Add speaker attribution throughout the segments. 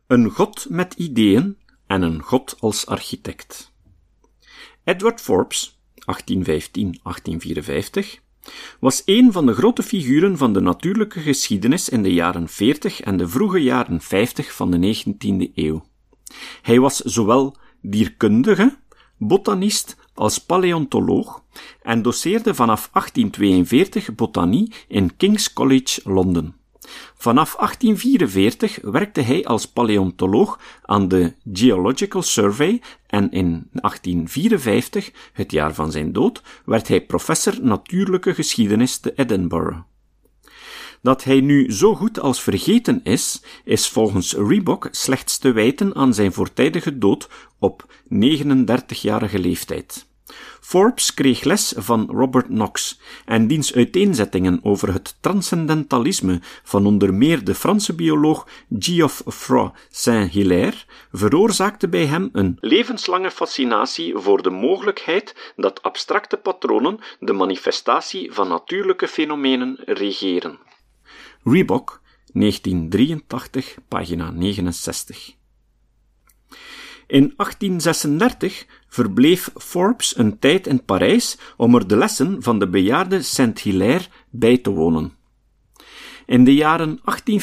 Speaker 1: Een god met ideeën en een god als architect. Edward Forbes, 1815-1854, was een van de grote figuren van de natuurlijke geschiedenis in de jaren 40 en de vroege jaren 50 van de 19e eeuw. Hij was zowel dierkundige, botanist als paleontoloog en doceerde vanaf 1842 botanie in King's College, Londen. Vanaf 1844 werkte hij als paleontoloog aan de Geological Survey en in 1854, het jaar van zijn dood, werd hij professor natuurlijke geschiedenis te Edinburgh. Dat hij nu zo goed als vergeten is volgens Reebok slechts te wijten aan zijn voortijdige dood op 39-jarige leeftijd. Forbes kreeg les van Robert Knox en diens uiteenzettingen over het transcendentalisme van onder meer de Franse bioloog Geoffroy Saint-Hilaire veroorzaakte bij hem een levenslange fascinatie voor de mogelijkheid dat abstracte patronen de manifestatie van natuurlijke fenomenen regeren. Reebok, 1983, pagina 69. In 1836 verbleef Forbes een tijd in Parijs om er de lessen van de bejaarde Saint-Hilaire bij te wonen. In de jaren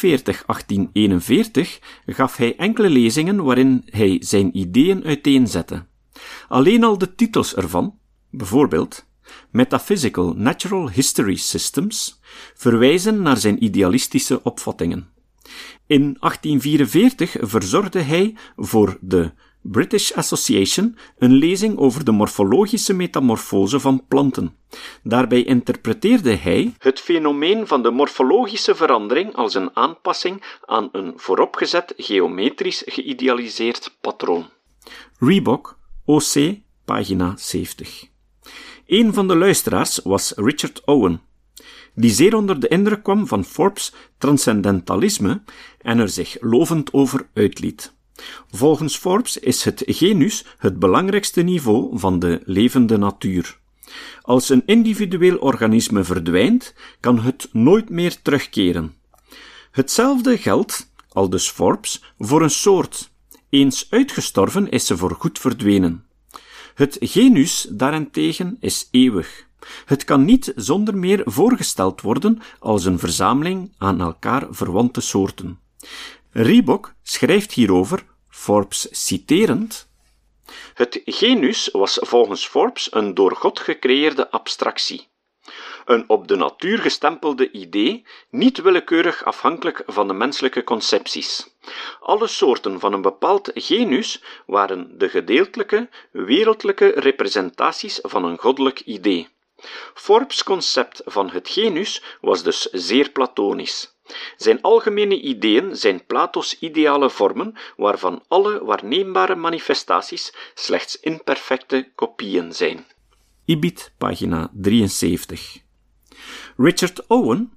Speaker 1: 1840-1841 gaf hij enkele lezingen waarin hij zijn ideeën uiteenzette. Alleen al de titels ervan, bijvoorbeeld Metaphysical Natural History Systems, verwijzen naar zijn idealistische opvattingen. In 1844 verzorgde hij voor de British Association een lezing over de morfologische metamorfose van planten. Daarbij interpreteerde hij het fenomeen van de morfologische verandering als een aanpassing aan een vooropgezet geometrisch geïdealiseerd patroon. Reebok, OC, pagina 70. Een van de luisteraars was Richard Owen, die zeer onder de indruk kwam van Forbes' transcendentalisme en er zich lovend over uitliet. Volgens Forbes is het genus het belangrijkste niveau van de levende natuur. Als een individueel organisme verdwijnt, kan het nooit meer terugkeren. Hetzelfde geldt, aldus Forbes, voor een soort. Eens uitgestorven is ze voorgoed verdwenen. Het genus daarentegen is eeuwig. Het kan niet zonder meer voorgesteld worden als een verzameling aan elkaar verwante soorten. Reebok schrijft hierover, Forbes citerend: het genus was volgens Forbes een door God gecreëerde abstractie. Een op de natuur gestempelde idee, niet willekeurig afhankelijk van de menselijke concepties. Alle soorten van een bepaald genus waren de gedeeltelijke, wereldlijke representaties van een goddelijk idee. Forbes' concept van het genus was dus zeer platonisch. Zijn algemene ideeën zijn Plato's ideale vormen, waarvan alle waarneembare manifestaties slechts imperfecte kopieën zijn. Ibid, pagina 73. Richard Owen,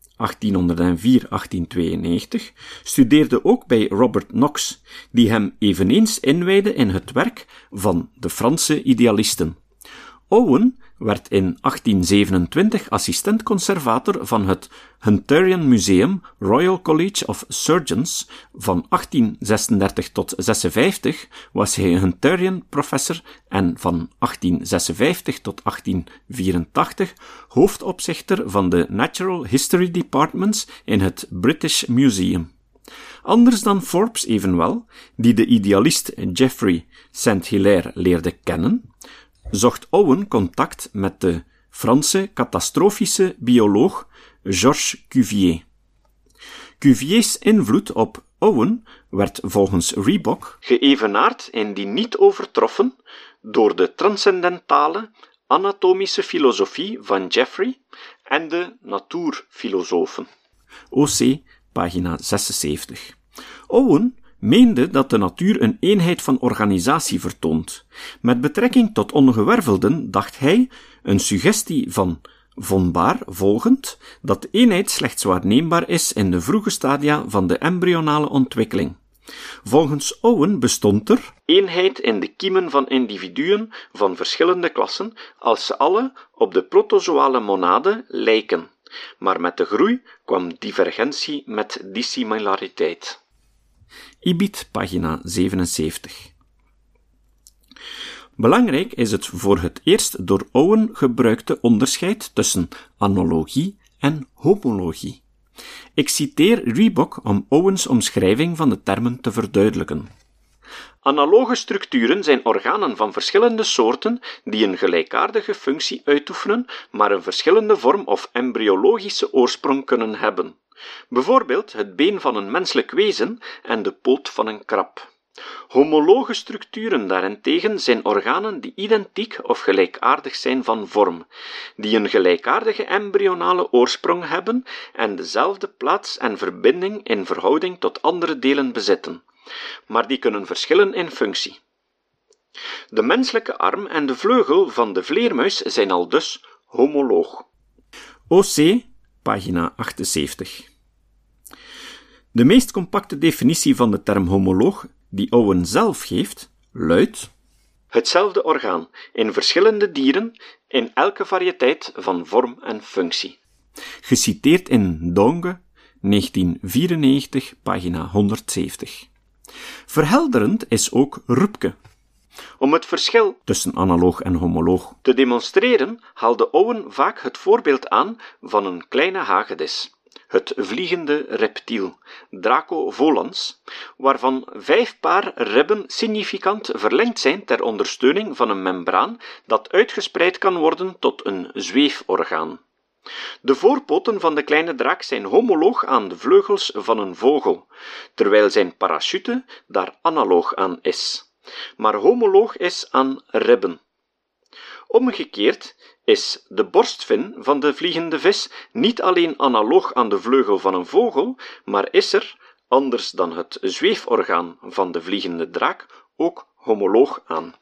Speaker 1: 1804-1892, studeerde ook bij Robert Knox, die hem eveneens inwijdde in het werk van de Franse idealisten. Owen werd in 1827 assistent-conservator van het Hunterian Museum, Royal College of Surgeons. Van 1836 tot 1856 was hij Hunterian professor en van 1856 tot 1884 hoofdopzichter van de Natural History Departments in het British Museum. Anders dan Forbes evenwel, die de idealist Geoffroy Saint-Hilaire leerde kennen, zocht Owen contact met de Franse catastrofische bioloog Georges Cuvier. Cuvier's invloed op Owen werd volgens Reebok geëvenaard en die niet overtroffen door de transcendentale anatomische filosofie van Geoffroy en de natuurfilosofen. OC, pagina 76. Owen meende dat de natuur een eenheid van organisatie vertoont. Met betrekking tot ongewervelden dacht hij, een suggestie van von Baer volgend, dat de eenheid slechts waarneembaar is in de vroege stadia van de embryonale ontwikkeling. Volgens Owen bestond er eenheid in de kiemen van individuen van verschillende klassen, als ze alle op de protozoale monade lijken. Maar met de groei kwam divergentie met dissimilariteit. Ibid, pagina 77. Belangrijk is het voor het eerst door Owen gebruikte onderscheid tussen analogie en homologie. Ik citeer Riebeck om Owens' omschrijving van de termen te verduidelijken. Analoge structuren zijn organen van verschillende soorten die een gelijkaardige functie uitoefenen, maar een verschillende vorm of embryologische oorsprong kunnen hebben. Bijvoorbeeld het been van een menselijk wezen en de poot van een krab. Homologe structuren daarentegen zijn organen die identiek of gelijkaardig zijn van vorm, die een gelijkaardige embryonale oorsprong hebben en dezelfde plaats en verbinding in verhouding tot andere delen bezitten, maar die kunnen verschillen in functie. De menselijke arm en de vleugel van de vleermuis zijn aldus homoloog. OC, pagina 78. De meest compacte definitie van de term homoloog die Owen zelf geeft, luidt: hetzelfde orgaan, in verschillende dieren, in elke variëteit van vorm en functie. Geciteerd in Donge, 1994, pagina 170. Verhelderend is ook Rupke. Om het verschil tussen analoog en homoloog te demonstreren, haalde Owen vaak het voorbeeld aan van een kleine hagedis. Het vliegende reptiel, Draco volans, waarvan 5 paar ribben significant verlengd zijn ter ondersteuning van een membraan dat uitgespreid kan worden tot een zweeforgaan. De voorpoten van de kleine draak zijn homoloog aan de vleugels van een vogel, terwijl zijn parachute daar analoog aan is, maar homoloog is aan ribben. Omgekeerd is de borstvin van de vliegende vis niet alleen analoog aan de vleugel van een vogel, maar is er, anders dan het zweeforgaan van de vliegende draak, ook homoloog aan.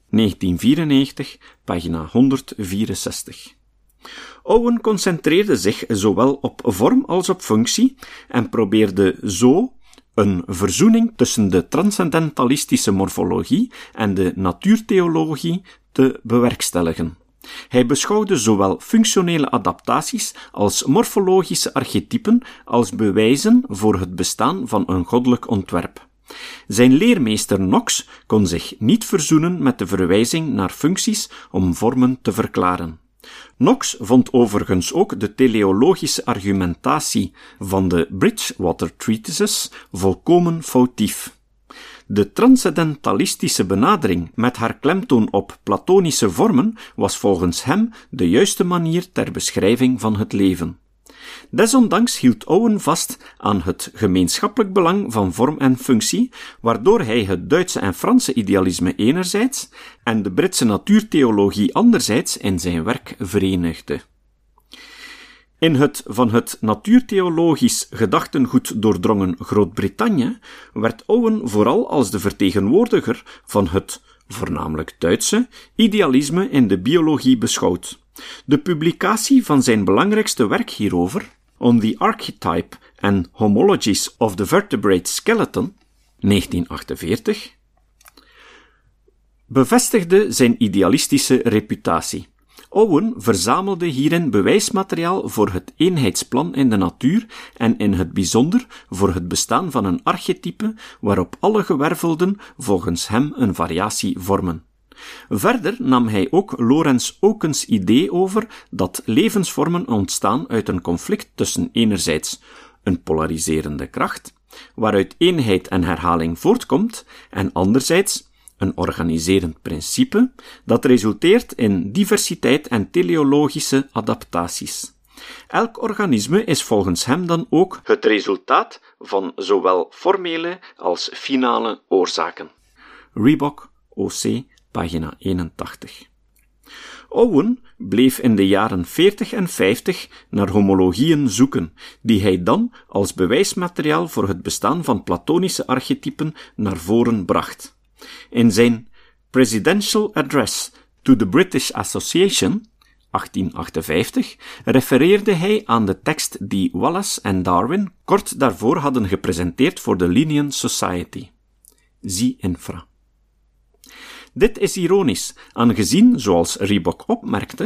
Speaker 1: 1994, pagina 164. Owen concentreerde zich zowel op vorm als op functie en probeerde zo een verzoening tussen de transcendentalistische morfologie en de natuurtheologie te bewerkstelligen. Hij beschouwde zowel functionele adaptaties als morfologische archetypen als bewijzen voor het bestaan van een goddelijk ontwerp. Zijn leermeester Knox kon zich niet verzoenen met de verwijzing naar functies om vormen te verklaren. Knox vond overigens ook de teleologische argumentatie van de Bridgewater Treatises volkomen foutief. De transcendentalistische benadering met haar klemtoon op platonische vormen was volgens hem de juiste manier ter beschrijving van het leven. Desondanks hield Owen vast aan het gemeenschappelijk belang van vorm en functie, waardoor hij het Duitse en Franse idealisme enerzijds en de Britse natuurtheologie anderzijds in zijn werk verenigde. In het van het natuurtheologisch gedachtengoed doordrongen Groot-Brittannië werd Owen vooral als de vertegenwoordiger van het, voornamelijk Duitse, idealisme in de biologie beschouwd. De publicatie van zijn belangrijkste werk hierover, On the Archetype and Homologies of the Vertebrate Skeleton, 1948, bevestigde zijn idealistische reputatie. Owen verzamelde hierin bewijsmateriaal voor het eenheidsplan in de natuur en in het bijzonder voor het bestaan van een archetype waarop alle gewervelden volgens hem een variatie vormen. Verder nam hij ook Lorenz Okens idee over dat levensvormen ontstaan uit een conflict tussen enerzijds een polariserende kracht, waaruit eenheid en herhaling voortkomt, en anderzijds een organiserend principe dat resulteert in diversiteit en teleologische adaptaties. Elk organisme is volgens hem dan ook het resultaat van zowel formele als finale oorzaken. Riebeck, OC, pagina 81. Owen bleef in de jaren 40 en 50 naar homologieën zoeken, die hij dan als bewijsmateriaal voor het bestaan van platonische archetypen naar voren bracht. In zijn Presidential Address to the British Association, 1858, refereerde hij aan de tekst die Wallace en Darwin kort daarvoor hadden gepresenteerd voor de Linnean Society. Zie infra. Dit is ironisch, aangezien, zoals Riebeck opmerkte,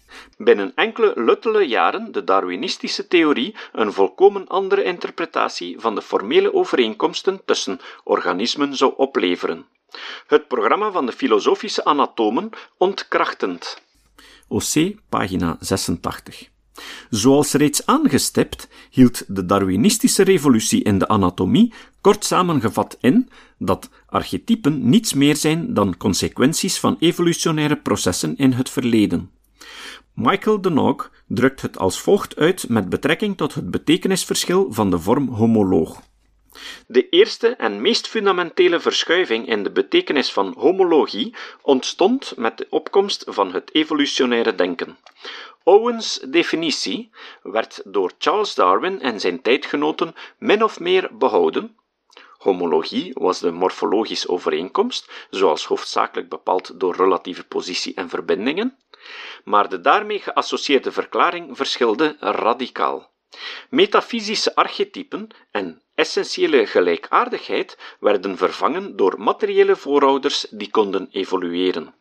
Speaker 1: binnen enkele luttele jaren de Darwinistische theorie een volkomen andere interpretatie van de formele overeenkomsten tussen organismen zou opleveren. Het programma van de filosofische anatomen ontkrachtend. OC, pagina 86. Zoals reeds aangestipt, hield de Darwinistische revolutie in de anatomie kort samengevat in dat archetypen niets meer zijn dan consequenties van evolutionaire processen in het verleden. Michael Denog drukt het als volgt uit met betrekking tot het betekenisverschil van de vorm homoloog. De eerste en meest fundamentele verschuiving in de betekenis van homologie ontstond met de opkomst van het evolutionaire denken. Owens' definitie werd door Charles Darwin en zijn tijdgenoten min of meer behouden. Homologie was de morfologische overeenkomst, zoals hoofdzakelijk bepaald door relatieve positie en verbindingen, maar de daarmee geassocieerde verklaring verschilde radicaal. Metafysische archetypen en essentiële gelijkaardigheid werden vervangen door materiële voorouders die konden evolueren.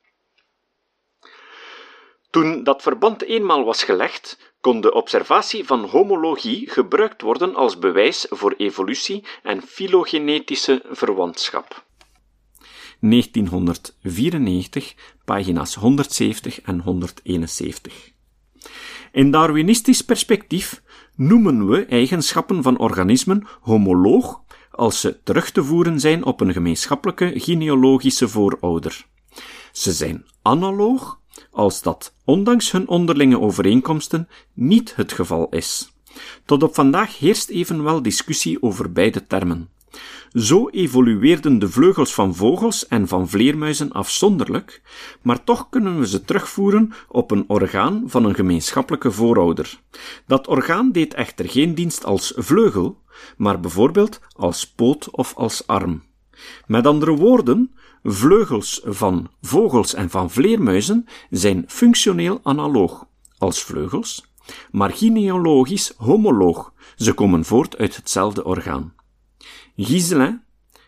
Speaker 1: Toen dat verband eenmaal was gelegd, kon de observatie van homologie gebruikt worden als bewijs voor evolutie en filogenetische verwantschap. 1994, pagina's 170 en 171. In Darwinistisch perspectief noemen we eigenschappen van organismen homoloog als ze terug te voeren zijn op een gemeenschappelijke genealogische voorouder. Ze zijn analoog als dat, ondanks hun onderlinge overeenkomsten, niet het geval is. Tot op vandaag heerst evenwel discussie over beide termen. Zo evolueerden de vleugels van vogels en van vleermuizen afzonderlijk, maar toch kunnen we ze terugvoeren op een orgaan van een gemeenschappelijke voorouder. Dat orgaan deed echter geen dienst als vleugel, maar bijvoorbeeld als poot of als arm. Met andere woorden, vleugels van vogels en van vleermuizen zijn functioneel analoog als vleugels, maar genealogisch homoloog. Ze komen voort uit hetzelfde orgaan. Ghiselin,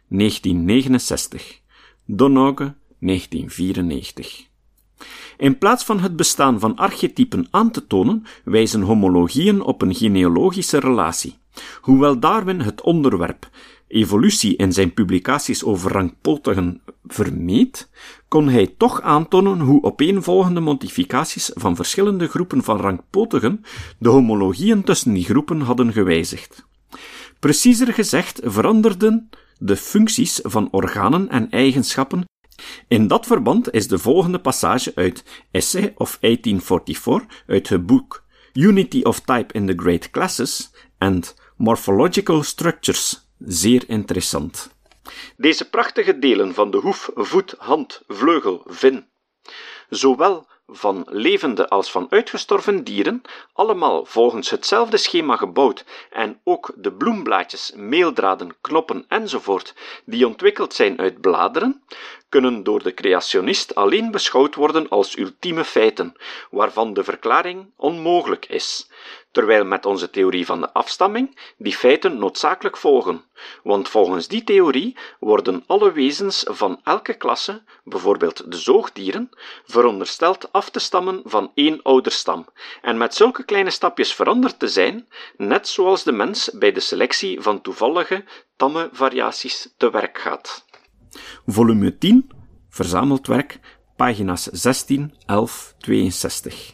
Speaker 1: 1969. Donoghue, 1994. In plaats van het bestaan van archetypen aan te tonen, wijzen homologieën op een genealogische relatie. Hoewel Darwin het onderwerp evolutie in zijn publicaties over rankpotigen vermeed, kon hij toch aantonen hoe opeenvolgende modificaties van verschillende groepen van rankpotigen de homologieën tussen die groepen hadden gewijzigd. Preciezer gezegd veranderden de functies van organen en eigenschappen. In dat verband is de volgende passage uit Essay of 1844 uit het boek Unity of Type in the Great Classes and Morphological Structures zeer interessant. Deze prachtige delen van de hoef, voet, hand, vleugel, vin, zowel van levende als van uitgestorven dieren, allemaal volgens hetzelfde schema gebouwd, en ook de bloemblaadjes, meeldraden, knoppen enzovoort, die ontwikkeld zijn uit bladeren, kunnen door de creationist alleen beschouwd worden als ultieme feiten, waarvan de verklaring onmogelijk is, terwijl met onze theorie van de afstamming die feiten noodzakelijk volgen, want volgens die theorie worden alle wezens van elke klasse, bijvoorbeeld de zoogdieren, verondersteld af te stammen van één ouderstam, en met zulke kleine stapjes veranderd te zijn, net zoals de mens bij de selectie van toevallige, tamme variaties te werk gaat. Volume 10, verzameld werk, pagina's 16, 11, 62.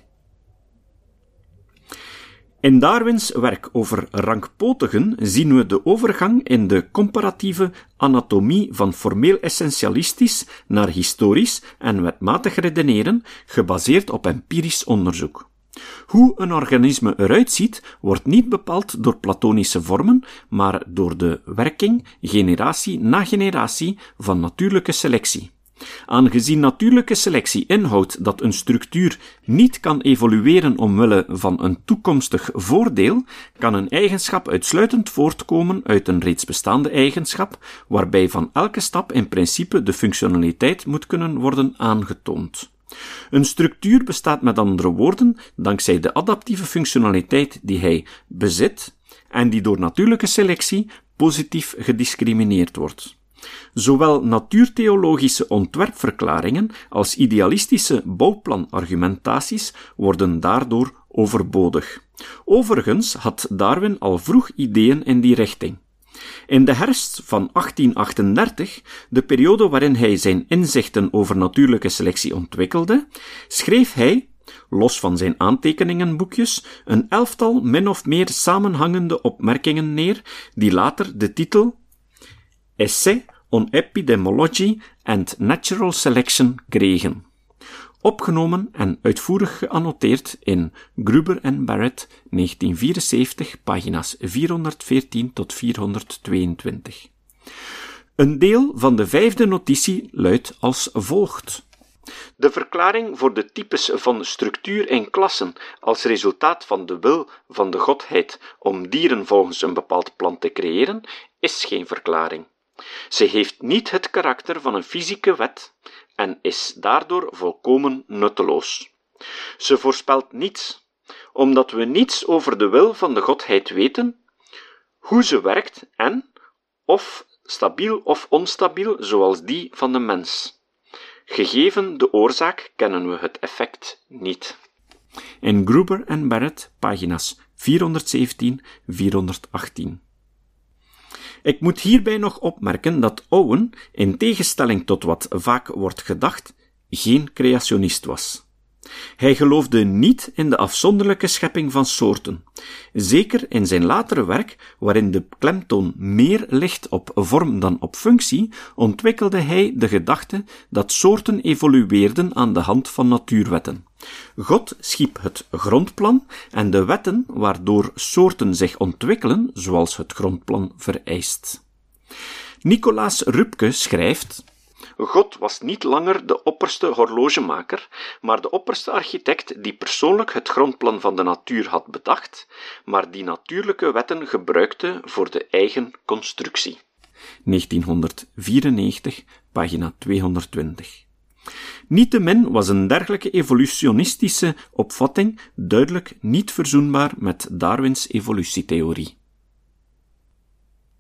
Speaker 1: In Darwins werk over rankpotigen zien we de overgang in de comparatieve anatomie van formeel essentialistisch naar historisch en wetmatig redeneren, gebaseerd op empirisch onderzoek. Hoe een organisme eruit ziet, wordt niet bepaald door platonische vormen, maar door de werking, generatie na generatie, van natuurlijke selectie. Aangezien natuurlijke selectie inhoudt dat een structuur niet kan evolueren omwille van een toekomstig voordeel, kan een eigenschap uitsluitend voortkomen uit een reeds bestaande eigenschap, waarbij van elke stap in principe de functionaliteit moet kunnen worden aangetoond. Een structuur bestaat met andere woorden dankzij de adaptieve functionaliteit die hij bezit en die door natuurlijke selectie positief gediscrimineerd wordt. Zowel natuurtheologische ontwerpverklaringen als idealistische bouwplanargumentaties worden daardoor overbodig. Overigens had Darwin al vroeg ideeën in die richting. In de herfst van 1838, de periode waarin hij zijn inzichten over natuurlijke selectie ontwikkelde, schreef hij, los van zijn aantekeningenboekjes, een 11-tal min of meer samenhangende opmerkingen neer, die later de titel Essay on Epidemiology and Natural Selection kregen. Opgenomen en uitvoerig geannoteerd in Gruber en Barrett, 1974, pagina's 414 tot 422. Een deel van de 5e notitie luidt als volgt. De verklaring voor de types van structuur in klassen als resultaat van de wil van de godheid om dieren volgens een bepaald plan te creëren, is geen verklaring. Ze heeft niet het karakter van een fysieke wet en is daardoor volkomen nutteloos. Ze voorspelt niets, omdat we niets over de wil van de godheid weten, hoe ze werkt en, of stabiel of onstabiel, zoals die van de mens. Gegeven de oorzaak kennen we het effect niet. In Gruber en Barrett, pagina's 417-418. Ik moet hierbij nog opmerken dat Owen, in tegenstelling tot wat vaak wordt gedacht, geen creationist was. Hij geloofde niet in de afzonderlijke schepping van soorten. Zeker in zijn latere werk, waarin de klemtoon meer ligt op vorm dan op functie, ontwikkelde hij de gedachte dat soorten evolueerden aan de hand van natuurwetten. God schiep het grondplan en de wetten waardoor soorten zich ontwikkelen, zoals het grondplan vereist. Nicolaas Rupke schrijft: God was niet langer de opperste horlogemaker, maar de opperste architect die persoonlijk het grondplan van de natuur had bedacht, maar die natuurlijke wetten gebruikte voor de eigen constructie. 1994, pagina 220. Niettemin was een dergelijke evolutionistische opvatting duidelijk niet verzoenbaar met Darwins evolutietheorie.